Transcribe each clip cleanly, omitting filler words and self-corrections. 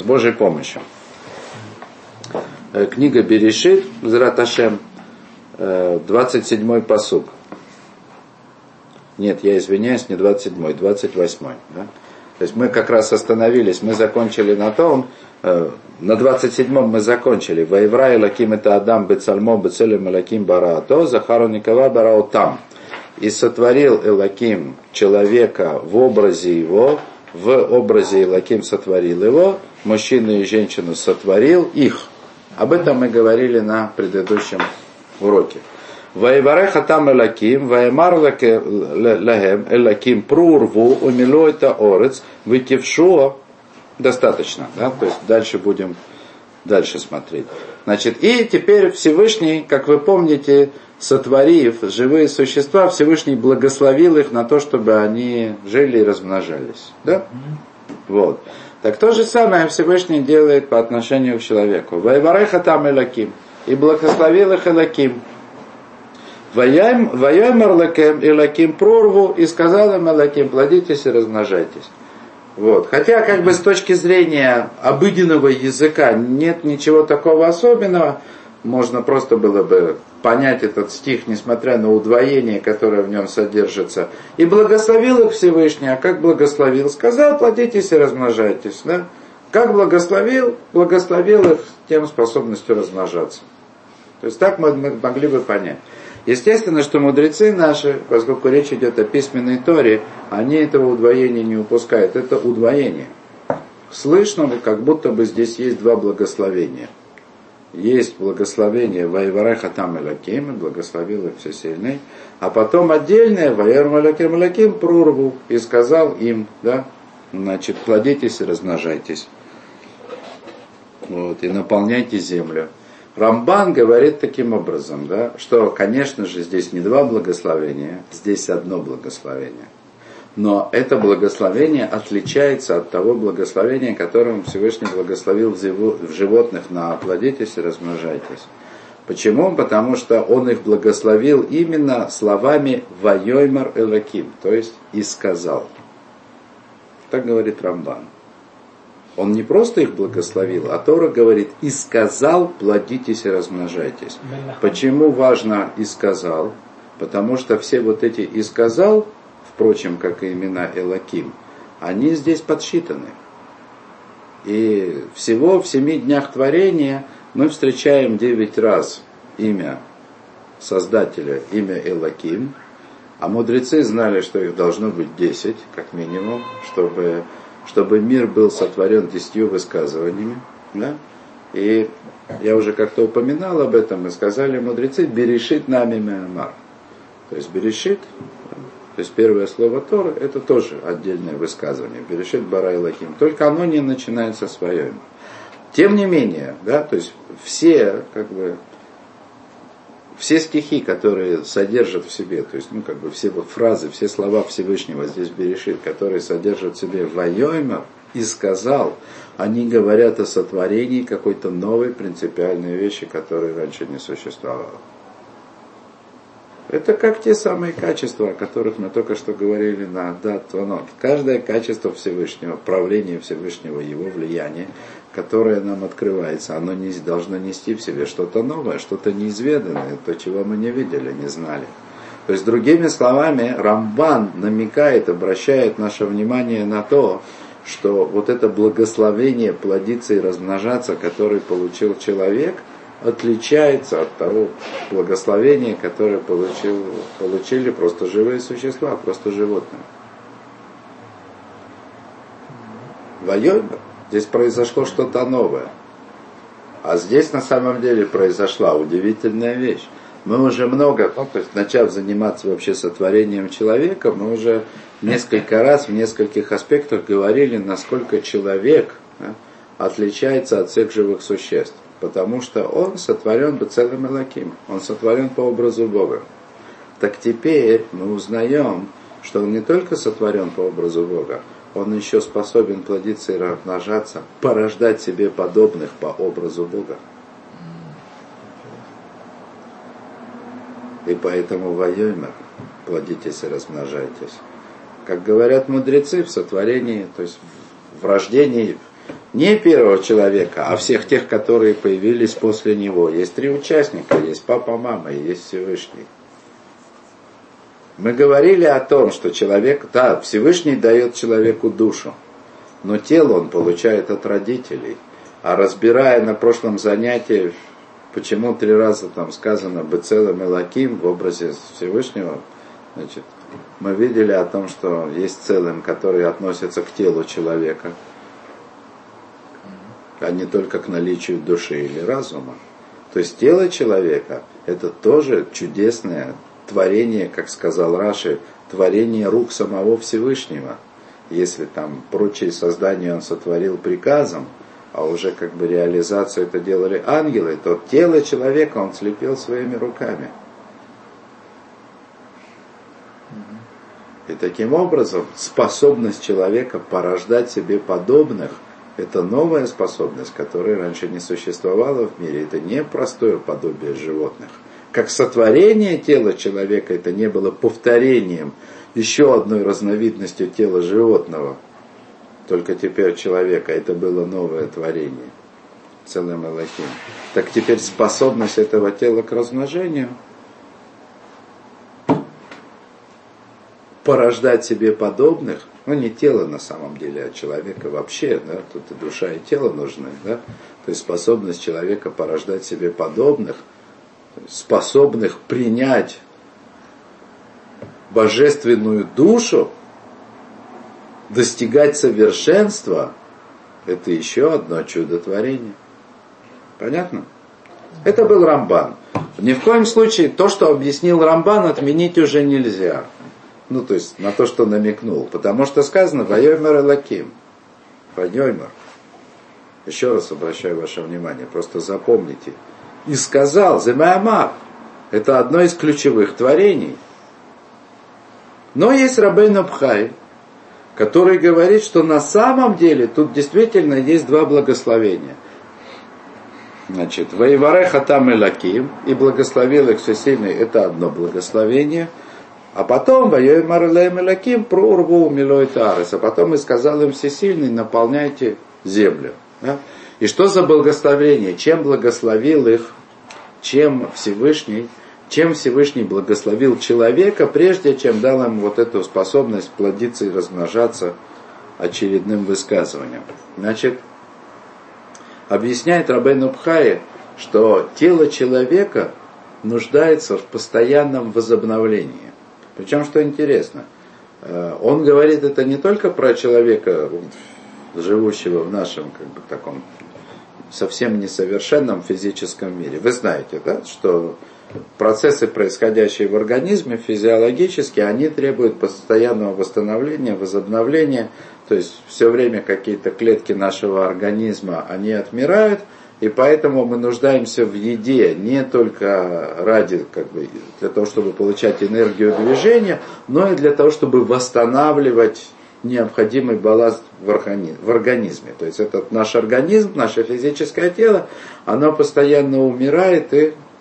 Божьей помощью. Книга Берешит, Мизрат Ашем, 27-й пасук. Нет, я извиняюсь, не 27-й, 28-й. Да? То есть мы как раз остановились, мы закончили на том, на 27-м мы закончили. Ваевра Элаким это Адам бецальмо бецелем Элаким бараато, Захару Никова барао там. И сотворил Элаким человека в образе его, в образе Элаким сотворил его, мужчину и женщину сотворил их. Об этом мы говорили на предыдущем уроке. Ваевареха там Элаким, ваемар лагем Элаким прурву, умило это орец, выкившуа. Достаточно, да? То есть дальше будем смотреть. Значит, и теперь Всевышний, как вы помните, сотворив живые существа, Всевышний благословил их на то, чтобы они жили и размножались. Да? Вот. Так то же самое Всевышний делает по отношению к человеку. Ваевареха там Элаким. И благословил их Элаким. Ваямар лекем Элаким прорву. И сказал им Элаким, плодитесь и размножайтесь. Вот. Хотя, как бы с точки зрения обыденного языка нет ничего такого особенного, можно просто было бы понять этот стих, несмотря на удвоение, которое в нем содержится. И благословил их Всевышний, а как благословил? Сказал, плодитесь и размножайтесь. Да? Как благословил их тем способностью размножаться. То есть так мы могли бы понять. Естественно, что мудрецы наши, поскольку речь идет о письменной Торе, они этого удвоения не упускают. Это удвоение. Слышно, как будто бы здесь есть два благословения. Есть благословение Ваевареха там Элаким, благословил их Всесильный, а потом отдельное Ваевареха Элаким прорву и сказал им, да, значит, плодитесь и размножайтесь. Вот, и наполняйте землю. Рамбан говорит таким образом, да, что, конечно же, здесь не два благословения, здесь одно благословение. Но это благословение отличается от того благословения, которым Всевышний благословил в животных на плодитесь и размножайтесь. Почему? Потому что он их благословил именно словами «Вайоймар Элаким», то есть «и сказал». Так говорит Рамбан. Он не просто их благословил, а Тора говорит «и сказал, плодитесь и размножайтесь». Почему важно «и сказал»? Потому что все вот эти «и сказал», впрочем, как и имена Элаким, они здесь подсчитаны. И всего в 7 днях творения мы встречаем 9 раз имя Создателя, имя Элаким, а мудрецы знали, что их должно быть 10, как минимум, чтобы мир был сотворен 10 высказываниями. Да? И я уже как-то упоминал об этом, и сказали мудрецы «Берешит нами меамар». То есть «Берешит», то есть первое слово Торы, это тоже отдельное высказывание. Берешит бара Элаким. Только оно не начинается свое. Тем не менее, да, то есть все стихи, которые содержат в себе, то есть, все фразы, все слова Всевышнего здесь Берешит, которые содержат в себе «Вайоймар» и «сказал», они говорят о сотворении какой-то новой принципиальной вещи, которой раньше не существовало. Это как те самые качества, о которых мы только что говорили на Дат Ванот. Каждое качество Всевышнего, правление Всевышнего, его влияние, которое нам открывается, оно должно нести в себе что-то новое, что-то неизведанное, то, чего мы не видели, не знали. То есть, другими словами, Рамбан намекает, обращает наше внимание на то, что вот это благословение плодиться и размножаться, которое получил человек, отличается от того благословения, которое получили просто живые существа, просто животные. Вайоймар. Здесь произошло что-то новое. А здесь на самом деле произошла удивительная вещь. Мы уже начав заниматься вообще сотворением человека, мы уже несколько раз в нескольких аспектах говорили, насколько человек отличается от всех живых существ. Потому что он сотворен бецелем Элаким, он сотворен по образу Бога. Так теперь мы узнаем, что он не только сотворен по образу Бога, он еще способен плодиться и размножаться, порождать себе подобных по образу Бога. И поэтому Вайоймар, плодитесь и размножайтесь. Как говорят мудрецы, в сотворении, то есть в рождении Не первого человека, а всех тех, которые появились после него. Есть 3 участника, есть папа, мама и есть Всевышний. Мы говорили о том, что человек, да, Всевышний дает человеку душу, но тело он получает от родителей. А разбирая на прошлом занятии, почему 3 раза там сказано «Бецелем Элоким» в образе Всевышнего, значит, мы видели о том, что есть целым, которые относятся к телу человека, а не только к наличию души или разума. То есть тело человека – это тоже чудесное творение, как сказал Раши, творение рук самого Всевышнего. Если там прочие создания он сотворил приказом, а уже как бы реализацию это делали ангелы, то тело человека он слепил своими руками. И таким образом способность человека порождать себе подобных – это новая способность, которая раньше не существовала в мире. Это не простое подобие животных. Как сотворение тела человека, это не было повторением еще одной разновидностью тела животного. Только теперь человека. Это было новое творение. Целым Элоким. Так теперь способность этого тела к размножению – порождать себе подобных, ну не тело на самом деле, а человека вообще, да, тут и душа, и тело нужны, да, то есть способность человека порождать себе подобных, способных принять божественную душу, достигать совершенства, это еще одно чудотворение. Понятно? Это был Рамбан. Ни в коем случае то, что объяснил Рамбан, отменить уже нельзя. Ну, то есть, на то, что намекнул. Потому что сказано «Вайоймер Элоким». Вайоймер. Еще раз обращаю ваше внимание, просто запомните. И сказал «Земаямар». Это одно из ключевых творений. Но есть Рабейну Бхай, который говорит, что на самом деле тут действительно есть 2 благословения. Значит, «Ваивареха там Элоким», и благословил их Всесильный, это одно благословение. А потом, «Вайоймар элеем Элоким, прорву милой тарес», а потом и сказал им Всесильный, наполняйте землю. Да? И что за благословение? Чем благословил их, чем Всевышний благословил человека, прежде чем дал им вот эту способность плодиться и размножаться очередным высказыванием. Значит, объясняет Рабейну Бхай, что тело человека нуждается в постоянном возобновлении. Причем, что интересно, он говорит это не только про человека, живущего в нашем как бы таком совсем несовершенном физическом мире. Вы знаете, да, что процессы, происходящие в организме, физиологически, они требуют постоянного восстановления, возобновления. То есть все время какие-то клетки нашего организма, они отмирают, и поэтому мы нуждаемся в еде не только ради, как бы, для того, чтобы получать энергию движения, но и для того, чтобы восстанавливать необходимый баланс в организме. То есть этот наш организм, наше физическое тело, оно постоянно умирает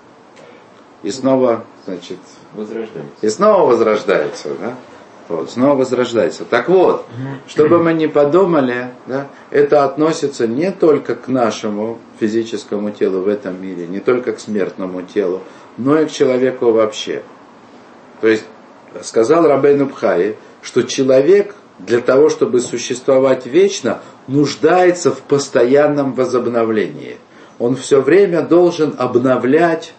и снова, значит, возрождается. И снова возрождается, да? Вот, снова возрождается. Так вот, чтобы мы не подумали, да, это относится не только к нашему физическому телу в этом мире, не только к смертному телу, но и к человеку вообще. То есть, сказал Рабейну Бхай, что человек для того, чтобы существовать вечно, нуждается в постоянном возобновлении. Он все время должен обновлять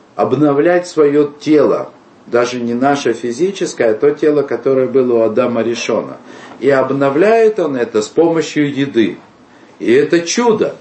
свое тело, даже не наше физическое, а то тело, которое было у Адама Ришона. И обновляет он это с помощью еды. И это чудо.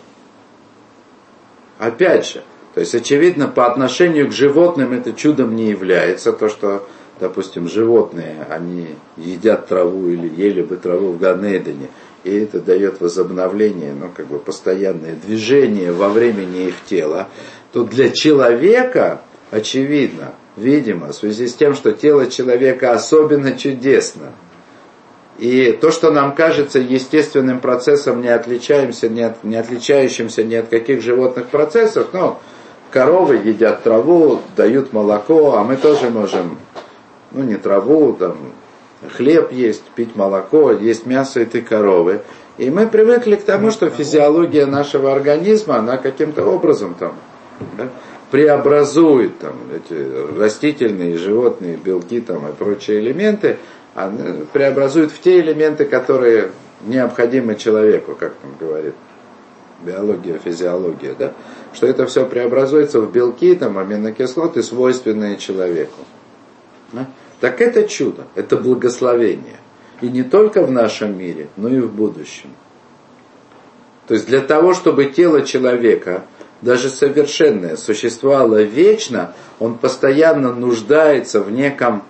Опять же, то есть очевидно, по отношению к животным это чудом не является. То, что, допустим, животные, они едят траву или ели бы траву в Ган-Эдене, и это дает возобновление, ну, как бы постоянное движение во времени их тела, то для человека, очевидно, видимо, в связи с тем, что тело человека особенно чудесно, и то, что нам кажется естественным процессом, не отличающимся ни от каких животных процессов, ну, коровы едят траву, дают молоко, а мы тоже можем, ну, не траву, там, хлеб есть, пить молоко, есть мясо этой коровы. И мы привыкли к тому, что физиология нашего организма, она каким-то образом там, да, преобразует там, эти растительные, животные, белки там, и прочие элементы, преобразует в те элементы, которые необходимы человеку, как там говорит биология, физиология, да? Что это все преобразуется в белки, там, аминокислоты, свойственные человеку. Да? Так это чудо, это благословение. И не только в нашем мире, но и в будущем. То есть для того, чтобы тело человека, даже совершенное, существовало вечно, он постоянно нуждается в неком,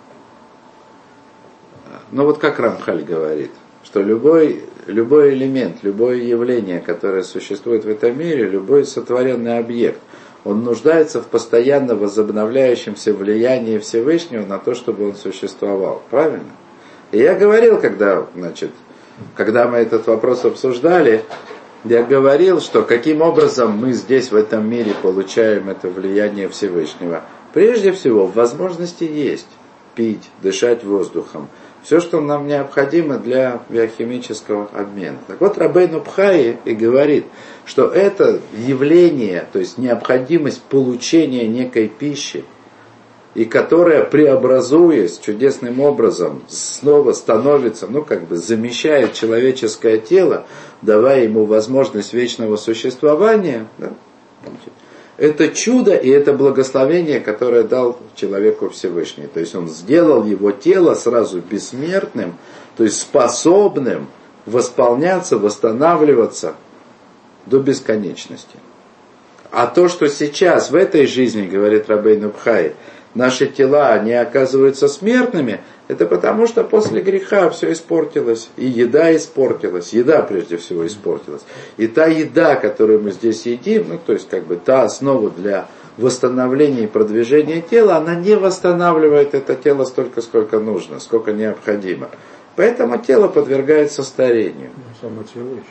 ну вот как Рамхаль говорит, что любой элемент, любое явление, которое существует в этом мире, любой сотворенный объект, он нуждается в постоянно возобновляющемся влиянии Всевышнего на то, чтобы он существовал. Правильно? И я говорил, когда мы этот вопрос обсуждали, я говорил, что каким образом мы здесь, в этом мире, получаем это влияние Всевышнего. Прежде всего, возможности есть. Пить, дышать воздухом. Все, что нам необходимо для биохимического обмена. Так вот, Рабейну Бхаи и говорит, что это явление, то есть необходимость получения некой пищи, и которая, преобразуясь чудесным образом, снова становится, замещает человеческое тело, давая ему возможность вечного существования, да? Это чудо и это благословение, которое дал человеку Всевышний. То есть он сделал его тело сразу бессмертным, то есть способным восполняться, восстанавливаться до бесконечности. А то, что сейчас в этой жизни, говорит Рабейну Бхаи, наши тела не оказываются смертными, это потому, что после греха все испортилось. И еда испортилась. Еда прежде всего испортилась. И та еда, которую мы здесь едим, та основа для восстановления и продвижения тела, она не восстанавливает это тело столько, сколько нужно, сколько необходимо. Поэтому тело подвергается старению. Само тело еще.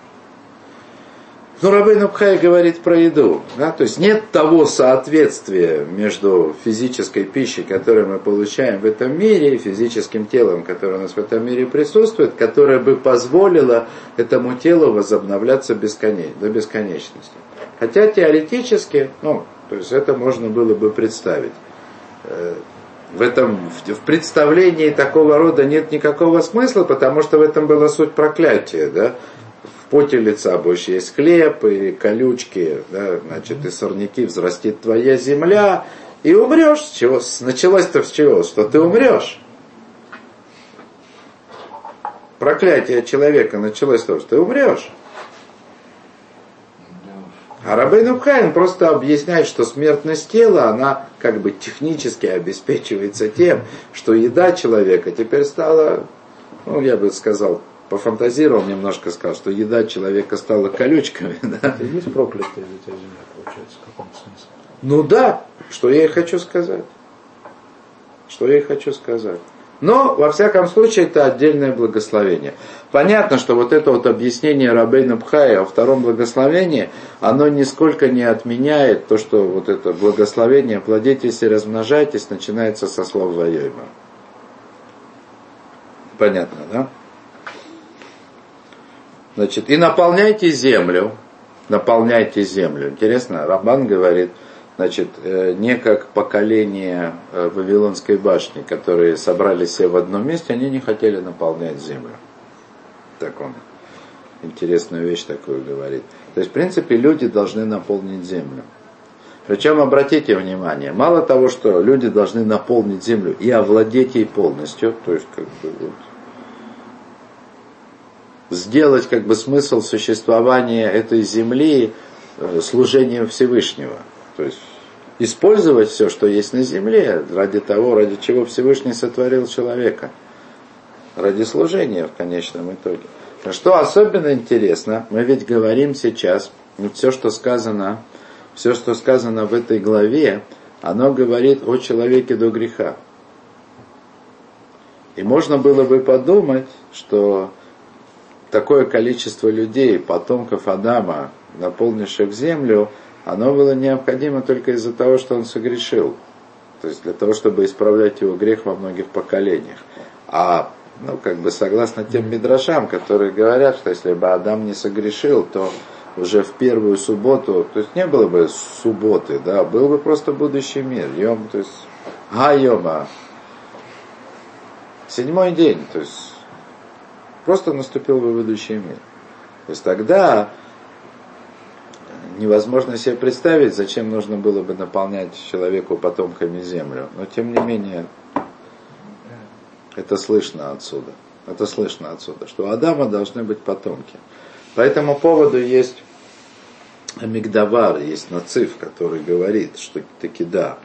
Рабейну Бхаи говорит про еду. Да? То есть нет того соответствия между физической пищей, которую мы получаем в этом мире, и физическим телом, которое у нас в этом мире присутствует, которое бы позволило этому телу возобновляться до бесконечности. Хотя теоретически, это можно было бы представить. В представлении такого рода нет никакого смысла, потому что в этом была суть проклятия, да? В поте лица будешь есть хлеб, и колючки, да, и сорняки, взрастит твоя земля, и умрешь. С чего? Началось-то с чего? Что ты умрешь. Проклятие человека началось с того, что ты умрешь. А Рабейну Бхаи просто объясняет, что смертность тела, она технически обеспечивается тем, что еда человека теперь стала, я бы сказал, пофантазировал немножко, сказал, что еда человека стала колючками. Да? Это есть проклятая ведь земля, получается, в каком смысле? Да, что я и хочу сказать. Но, во всяком случае, это отдельное благословение. Понятно, что это объяснение Рабейну Бхаи о втором благословении, оно нисколько не отменяет то, что это благословение «плодитесь и размножайтесь» начинается со слов «вайойма». Понятно, да? И наполняйте землю. Интересно, Рамбан говорит, не как поколение Вавилонской башни, которые собрались все в одном месте, они не хотели наполнять землю. Так он интересную вещь такую говорит. То есть, в принципе, люди должны наполнить землю. Причем, обратите внимание, мало того, что люди должны наполнить землю и овладеть ей полностью, то есть, сделать смысл существования этой земли служением Всевышнего. То есть использовать все, что есть на земле, ради того, ради чего Всевышний сотворил человека. Ради служения в конечном итоге. Что особенно интересно, мы ведь говорим сейчас, все, что сказано в этой главе, оно говорит о человеке до греха. И можно было бы подумать, что такое количество людей, потомков Адама, наполнивших землю, оно было необходимо только из-за того, что он согрешил. То есть для того, чтобы исправлять его грех во многих поколениях. А Ну, как бы согласно тем мидрашам, которые говорят, что если бы Адам не согрешил, то уже в первую субботу, то есть не было бы субботы, да, был бы просто будущий мир. Йом, то есть Га-Йома. 7-й день, то есть просто наступил бы будущий мир. То есть тогда невозможно себе представить, зачем нужно было бы наполнять человеку потомками землю. Но тем не менее, это слышно отсюда. Это слышно отсюда, что у Адама должны быть потомки. По этому поводу есть Амигдавар, есть Нациф, который говорит, что таки да,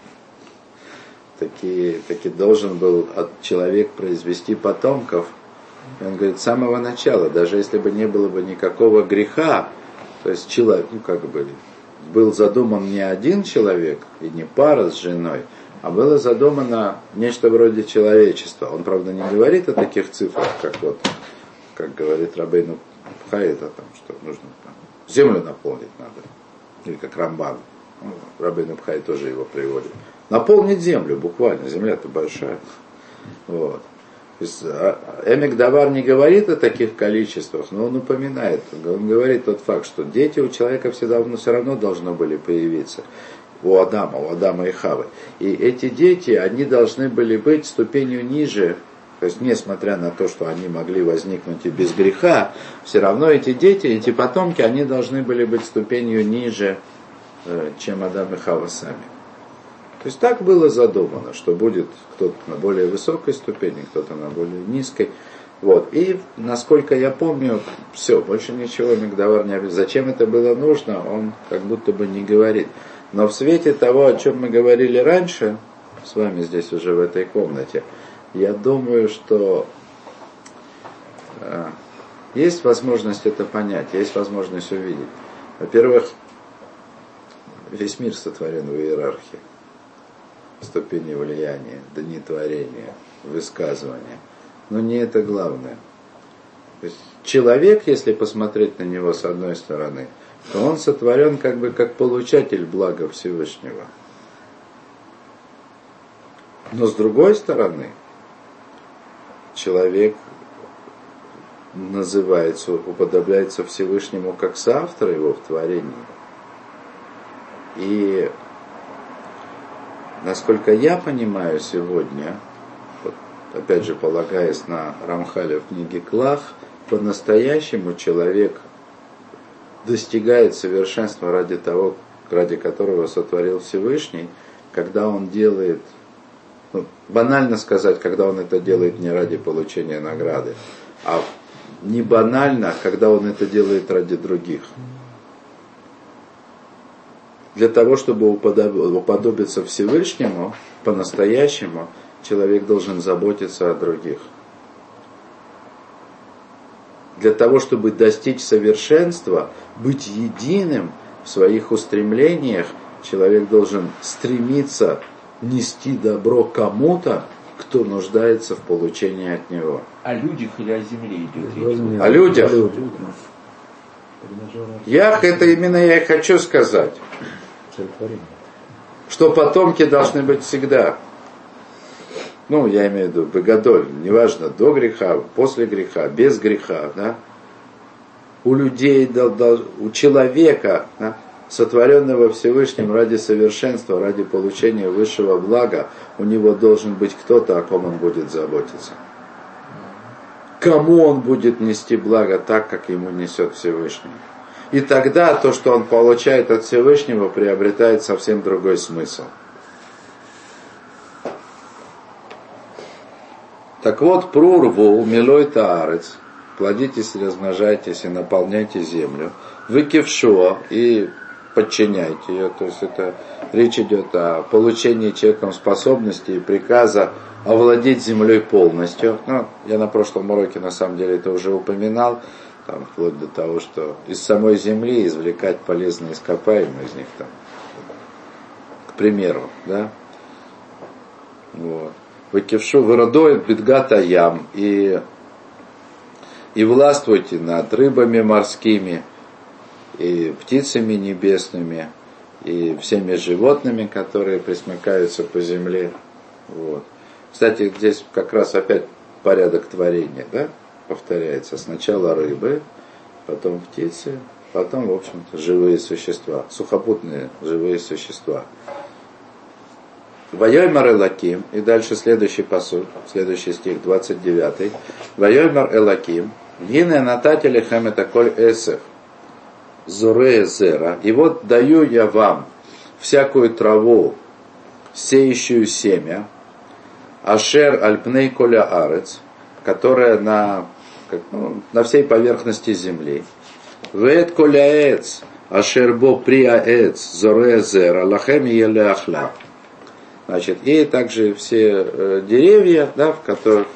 таки должен был человек произвести потомков. И он говорит, с самого начала, даже если бы не было бы никакого греха, то есть человек, был задуман не один человек и не пара с женой, а было задумано нечто вроде человечества. Он, правда, не говорит о таких цифрах, как говорит Рабейну Бхай, это там, что нужно землю наполнить надо. Или как Рамбан. Рабейну Бхай тоже его приводит. Наполнить землю буквально. Земля-то большая. Вот. То есть Эмек Давар не говорит о таких количествах, но он упоминает. Он говорит тот факт, что дети у человека все равно должны были появиться. У Адама и Хавы. И эти дети, они должны были быть ступенью ниже. То есть, несмотря на то, что они могли возникнуть и без греха, все равно эти дети, эти потомки, они должны были быть ступенью ниже, чем Адам и Хава сами. То есть, так было задумано, что будет кто-то на более высокой ступени, кто-то на более низкой. Вот. И, насколько я помню, все, больше ничего Мигдавар не объясняет. Зачем это было нужно, он как будто бы не говорит. Но в свете того, о чем мы говорили раньше, с вами здесь уже в этой комнате, я думаю, что есть возможность это понять, есть возможность увидеть. Во-первых, весь мир сотворен в иерархии. Ступени влияния, дни творения, высказывания. Но не это главное. То есть человек, если посмотреть на него с одной стороны, то он сотворен как получатель блага Всевышнего. Но с другой стороны, человек уподобляется Всевышнему как соавтор его в творении. И насколько я понимаю сегодня, вот, опять же полагаясь на Рамхаля в книге Клах, по-настоящему человек достигает совершенства ради которого сотворил Всевышний, когда он делает, банально сказать, когда он это делает не ради получения награды, а не банально, когда он это делает ради других. Для того, чтобы уподобиться Всевышнему, по-настоящему, человек должен заботиться о других. Для того, чтобы достичь совершенства, быть единым в своих устремлениях, человек должен стремиться нести добро кому-то, кто нуждается в получении от него. О людях или о земле идет речь? О людях. Это именно я и хочу сказать. Что потомки должны быть всегда. Я имею в виду бегадоль, неважно, до греха, после греха, без греха, да? У людей, у человека, да, сотворенного Всевышним ради совершенства, ради получения высшего блага, у него должен быть кто-то, о ком он будет заботиться. Кому он будет нести благо так, как ему несет Всевышний. И тогда то, что он получает от Всевышнего, приобретает совсем другой смысл. Так вот, прурву, милой таарец, плодитесь, размножайтесь и наполняйте землю, выкившо и подчиняйте ее. То есть речь идет о получении человеком способности и приказа овладеть землей полностью. Я на прошлом уроке на самом деле это уже упоминал, вплоть до того, что из самой земли извлекать полезные ископаемые из них, к примеру, да. Вот. Выкившу выродой бедгата ям и властвуйте над рыбами морскими и птицами небесными и всеми животными, которые пресмыкаются по земле. Вот. Кстати, здесь как раз опять порядок творения, да, повторяется. Сначала рыбы, потом птицы, потом, в общем-то, живые существа, сухопутные живые существа. Вайомар Элаким, и дальше следующий пасук, следующий стих, 29. Вайомар Элаким, гине натати лехем это коль эсев, зуре зера, и вот даю я вам всякую траву, сеющую семя, ашер альпней коля арец, которая на всей поверхности земли. Вет коляец, ашер бо приаец, зуре зера, лахем еле ахла. Значит, и также все деревья, да, в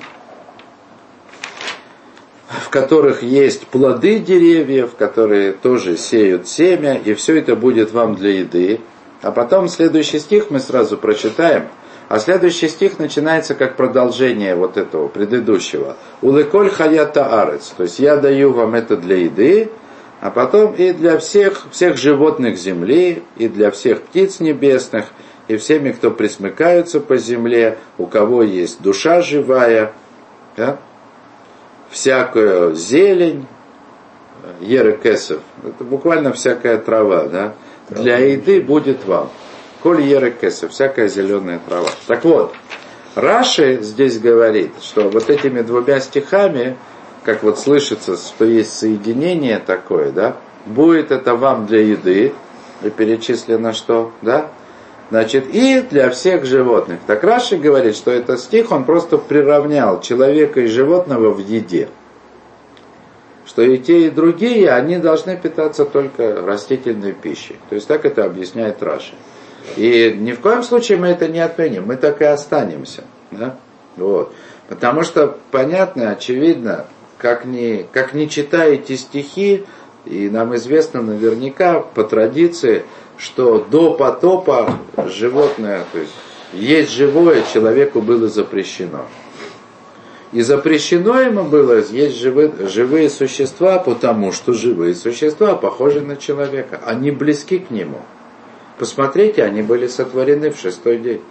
которых есть плоды деревьев, которые тоже сеют семя, и все это будет вам для еды. А потом следующий стих мы сразу прочитаем, а следующий стих начинается как продолжение вот этого предыдущего. Улыколь хаята арец, то есть я даю вам это для еды, а потом и для всех животных земли, и для всех птиц небесных, и всеми, кто присмыкаются по земле, у кого есть душа живая, да? Всякую зелень, ерекесов, это буквально всякая трава, да? Для еды будет вам. Коль ерекесов, всякая зеленая трава. Так вот, Раши здесь говорит, что вот этими двумя стихами, как вот слышится, что есть соединение такое, да? Будет это вам для еды, и перечислено что, да? Значит, и для всех животных. Так Раши говорит, что этот стих, он просто приравнял человека и животного в еде. Что и те, и другие, они должны питаться только растительной пищей. То есть так это объясняет Раши. И ни в коем случае мы это не отменим, мы так и останемся. Да? Вот. Потому что понятно, очевидно, как ни читаете стихи, и нам известно наверняка по традиции, что до потопа животное, то есть живое, человеку было запрещено. И запрещено ему было есть живые существа, потому что живые существа похожи на человека, они близки к нему. Посмотрите, они были сотворены в 6-й день.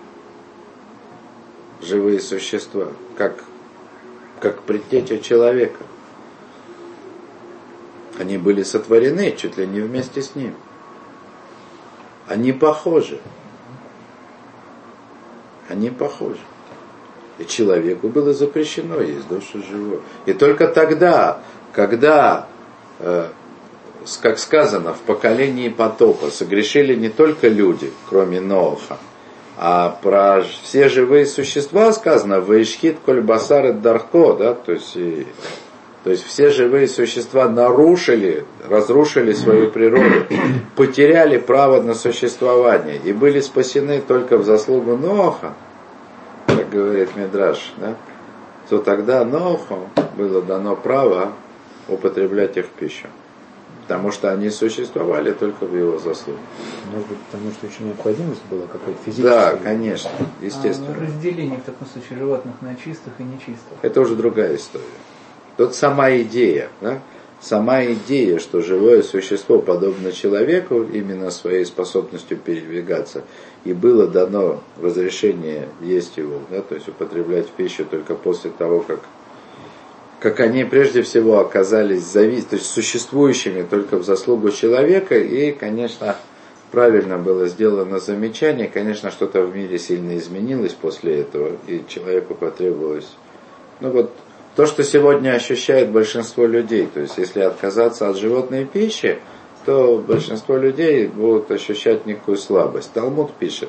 Живые существа, как предтеча человека. Они были сотворены чуть ли не вместе с ним. Они похожи. Они похожи. И человеку было запрещено есть душу живую. И только тогда, когда, как сказано, в поколении потопа согрешили не только люди, кроме Ноаха, а про все живые существа сказано «Ваишхит коль басар эт дархо», да, то есть все живые существа разрушили свою природу, потеряли право на существование и были спасены только в заслугу Ноаха, как говорит Мидраш, да, то тогда Ноаху было дано право употреблять их в пищу. Потому что они существовали только в его заслугу. Может быть, потому что еще необходимость была какая-то физическая? Да, конечно, естественно. Разделение в таком случае животных на чистых и нечистых. Это уже другая история. Тут сама идея, да? Сама идея, что живое существо подобно человеку, именно своей способностью передвигаться, и было дано разрешение есть его, да? То есть употреблять в пищу только после того, как они прежде всего оказались то есть существующими только в заслугу человека, и, конечно, правильно было сделано замечание, конечно, что-то в мире сильно изменилось после этого, и человеку потребовалось, то, что сегодня ощущает большинство людей, то есть если отказаться от животной пищи, то большинство людей будут ощущать некую слабость. Талмуд пишет,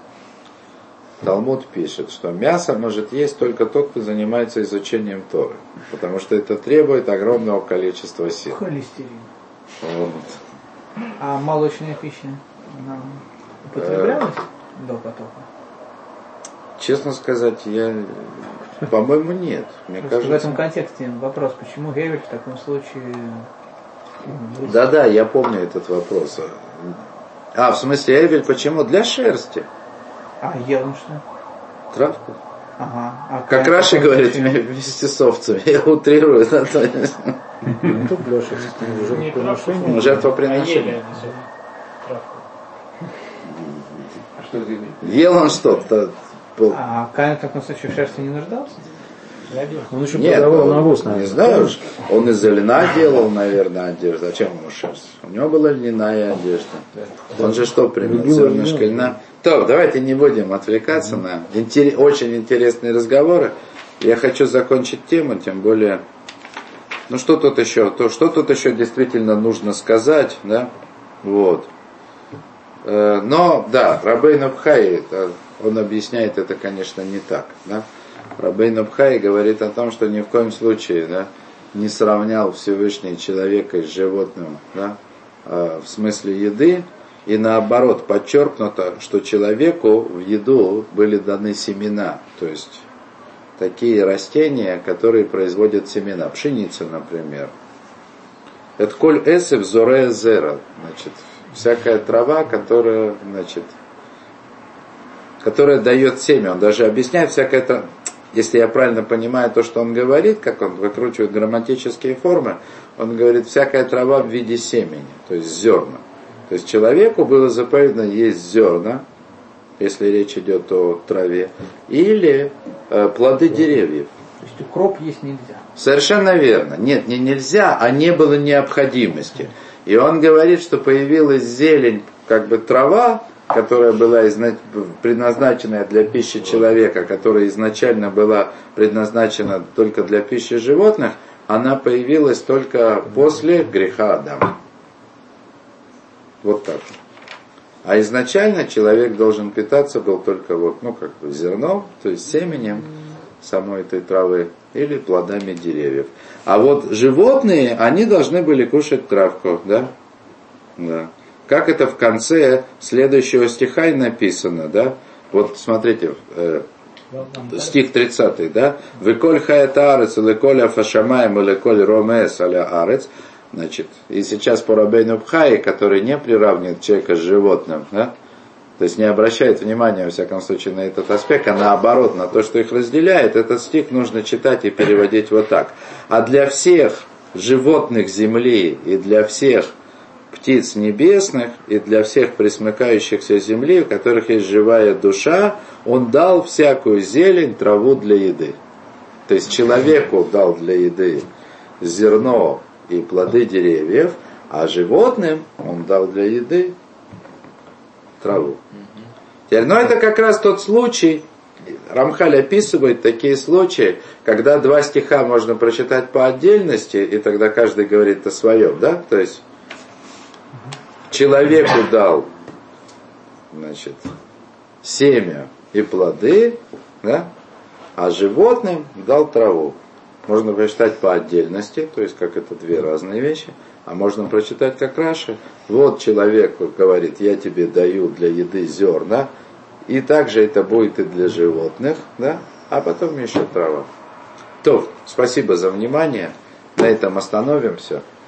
что мясо может есть только тот, кто занимается изучением Торы, потому что это требует огромного количества сил. Холестерин. Вот. А молочная пища употреблялась до потопа? Честно сказать, по-моему, нет. Мне кажется... В этом контексте вопрос, почему Гевель в таком случае... Да, я помню этот вопрос. В смысле, Эвель, почему? Для шерсти. А ел он что? Травку. Ага. Как Раши говорит, вместе с овцами. Я утрирую. Тут для шерсти жертвоприношение. Ел он что-то. А Каин в таком случае в шерсти не нуждался? Он еще Нет, продавал навоз, наверное. не знаю, он из льна делал, наверное, одежду. Зачем ему шерсть? У него была льняная одежда. Он же что пример? Зернышко льна. То, давайте не будем отвлекаться на очень интересные разговоры. Я хочу закончить тему, тем более, ну что тут еще действительно нужно сказать, да? Вот. Но, да, Рабейну Бхай, он объясняет это, конечно, не так, да? Рабейну Бхай говорит о том, что ни в коем случае, да, не сравнял Всевышний человека с животным, да, в смысле еды, и наоборот подчеркнуто, что человеку в еду были даны семена, то есть такие растения, которые производят семена, пшеница, например. Это коль эсев зорея зера, значит, всякая трава, которая дает семя. Он даже объясняет всякая трава. Если я правильно понимаю то, что он говорит, как он выкручивает грамматические формы, он говорит, всякая трава в виде семени, то есть зерна. То есть человеку было заповедано есть зерна, если речь идет о траве, или плоды деревьев. То есть укроп есть нельзя. Совершенно верно. Нет, не нельзя, а не было необходимости. И он говорит, что появилась зелень, как бы трава, которая была предназначена для пищи человека, которая изначально была предназначена только для пищи животных, она появилась только после греха Адама. Вот так. А изначально человек должен питаться был только зерном, то есть семенем самой этой травы или плодами деревьев. А вот животные, они должны были кушать травку, да? Да. Как это в конце следующего стиха и написано, да? Вот смотрите, стих 30, да? «Веколь хаят арец, леколь афашамаем, леколь ромес аля арец». Значит, и сейчас по Рабейну Бхае, который не приравнивает человека с животным, да? То есть не обращает внимания, во всяком случае, на этот аспект, а наоборот, на то, что их разделяет, этот стих нужно читать и переводить вот так. А для всех животных земли и для всех птиц небесных и для всех пресмыкающихся земли, у которых есть живая душа, он дал всякую зелень, траву для еды. То есть человеку дал для еды зерно и плоды деревьев, а животным он дал для еды траву. Теперь, но это как раз тот случай, Рамхаль описывает такие случаи, когда два стиха можно прочитать по отдельности, и тогда каждый говорит о своем, да? То есть человеку дал, семя и плоды, да? А животным дал траву. Можно прочитать по отдельности, то есть как это две разные вещи, а можно прочитать как Раши. Вот человек говорит, я тебе даю для еды зерна, и также это будет и для животных, да? А потом еще трава. То, спасибо за внимание, на этом остановимся.